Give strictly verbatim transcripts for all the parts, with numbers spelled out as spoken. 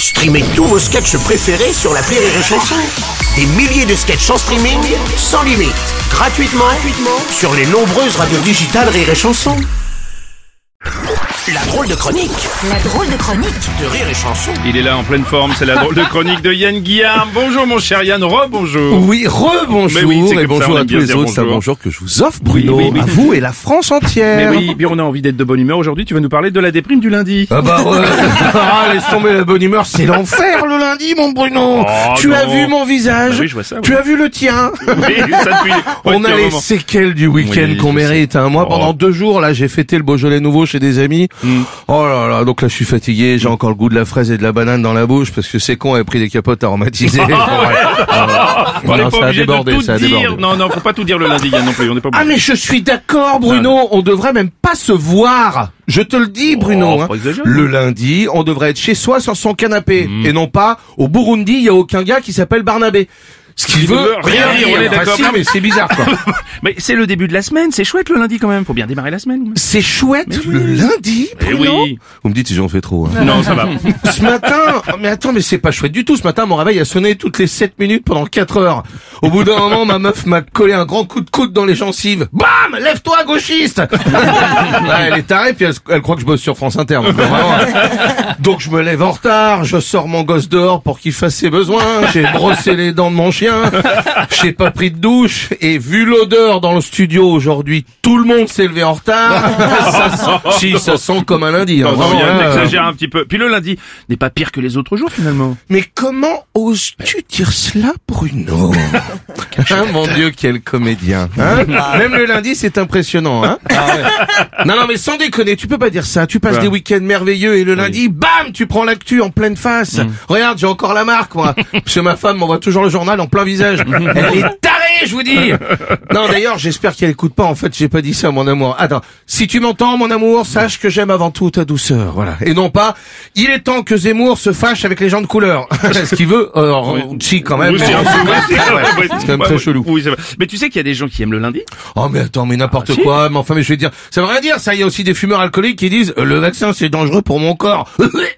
Streamez tous vos sketchs préférés sur l'appli Rire et Chanson. Des milliers de sketchs en streaming, sans limite, gratuitement, gratuitement sur les nombreuses radios digitales Rire et Chanson. La drôle de chronique. La drôle de chronique de Rire et Chanson. Il est là en pleine forme, c'est la drôle de chronique de Yann Guillaume. Bonjour mon cher Yann, re-bonjour. Oui, re-bonjour. Oui, et bonjour à tous les autres, c'est un bonjour que je vous offre, Bruno, oui, oui, oui. à vous et la France entière. Mais oui, bien on a envie d'être de bonne humeur aujourd'hui, tu vas nous parler de la déprime du lundi. Ah bah ouais. Ah, laisse tomber la bonne humeur, c'est l'enfer le lundi, mon Bruno. Oh, tu non. as vu mon visage? Bah oui, je vois ça, oui. Tu as vu le tien? Oui, ça depuis... On a depuis un les moment. séquelles du week-end Oui, qu'on je mérite. Hein. Moi, Oh. pendant deux jours, là, j'ai fêté le Beaujolais nouveau chez des amis. Mm. Oh là là, donc là, je suis fatigué. J'ai encore le goût de la fraise et de la banane dans la bouche parce que c'est con, avait pris des capotes aromatisées. On n'est Non, pas ça a obligé débordé, de tout ça a dire. débordé. Non, non, faut pas tout dire le lundi, Yann, non plus, on n'est pas Ah obligé. mais je suis d'accord Bruno, on devrait même pas se voir. Je te le dis Bruno. faut hein. pas exagérer. Le lundi, on devrait être chez soi sur son canapé. Mm. Et non pas au Burundi, il y a aucun gars qui s'appelle Barnabé. Ce qui Il veut veut rien dire, on est Enfin, d'accord. si, mais c'est bizarre quoi. Mais c'est le début de la semaine, c'est chouette le lundi quand même, faut bien démarrer la semaine. C'est chouette Mais oui. le lundi Eh Bruno. oui. Vous me dites si j'en fais trop. Hein. Non, ça va. Ce matin, mais attends, mais c'est pas chouette du tout. Ce matin, mon réveil a sonné toutes les sept minutes pendant quatre heures. Au bout d'un moment, ma meuf m'a collé un grand coup de coude dans les gencives. Bam! Lève-toi, gauchiste! Ouais, elle est tarée, puis elle, elle croit que je bosse sur France Inter. Donc, vraiment. Donc je me lève en retard, je sors mon gosse dehors pour qu'il fasse ses besoins, j'ai brossé les dents de mon chien, j'ai pas pris de douche, et vu l'odeur dans le studio aujourd'hui, tout le monde s'est levé en retard. Ça sent, si, ça sent comme un lundi. Hein, Non, non, vraiment, Yann, hein. t'exagères un petit peu. Puis le lundi n'est pas pire que les autres jours finalement. Mais comment oses-tu dire cela, Bruno? Hein, mon Dieu, quel comédien. Hein, même le lundi, c'est impressionnant. Hein non, non, mais sans déconner, tu peux pas dire ça. Tu passes Ouais. des week-ends merveilleux et le lundi, bam, tu prends l'actu en pleine face. Regarde, j'ai encore la marque, moi. Parce que ma femme m'envoie toujours le journal en plein visage. Elle est tarée, je vous dis. Non, d'ailleurs, j'espère qu'elle écoute pas. En fait, j'ai pas dit ça, mon amour. Attends, si tu m'entends, mon amour, sache que j'aime avant tout ta douceur. Voilà. Et non pas, il est temps que Zemmour se fâche avec les gens de couleur. Ce qu'il veut, euh, si, quand même. Oui, c'est un peu- oui, c'est- Ah ouais, oui, c'est quand même ouais, très ouais. chelou. Oui, c'est vrai. Mais tu sais qu'il y a des gens qui aiment le lundi. Oh mais attends, mais n'importe Ah, si. quoi, mais enfin mais je vais dire, ça veut rien dire ça, il y a aussi des fumeurs alcooliques qui disent euh, le vaccin c'est dangereux pour mon corps.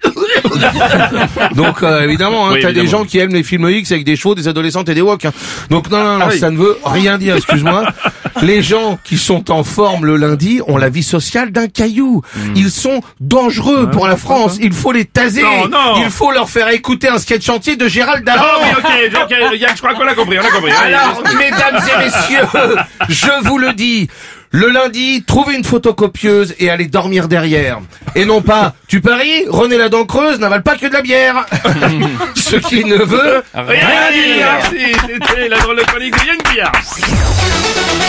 Donc euh, évidemment, hein, Oui, t'as des évidemment. gens qui aiment les films X avec des chevaux, des adolescentes et des woks. Hein. Donc non, non, non, Ah oui. ça ne veut rien dire, excuse-moi. Les gens qui sont en forme le lundi ont la vie sociale d'un caillou. Ils sont dangereux pour la France, il faut les taser. Non, non. Il faut leur faire écouter un sketch entier de Gérald Darmon. Oh oui, ok, ok, Yann, je crois qu'on a compris, on a compris. Allez, Alors, mesdames et messieurs, je vous le dis, le lundi, trouvez une photocopieuse et allez dormir derrière. Et non pas, tu paries, René la dent creuse n'avale pas que de la bière. Ce qui ne veut rien dire. Merci, c'était la drôle de chronique de Yann Guillaume.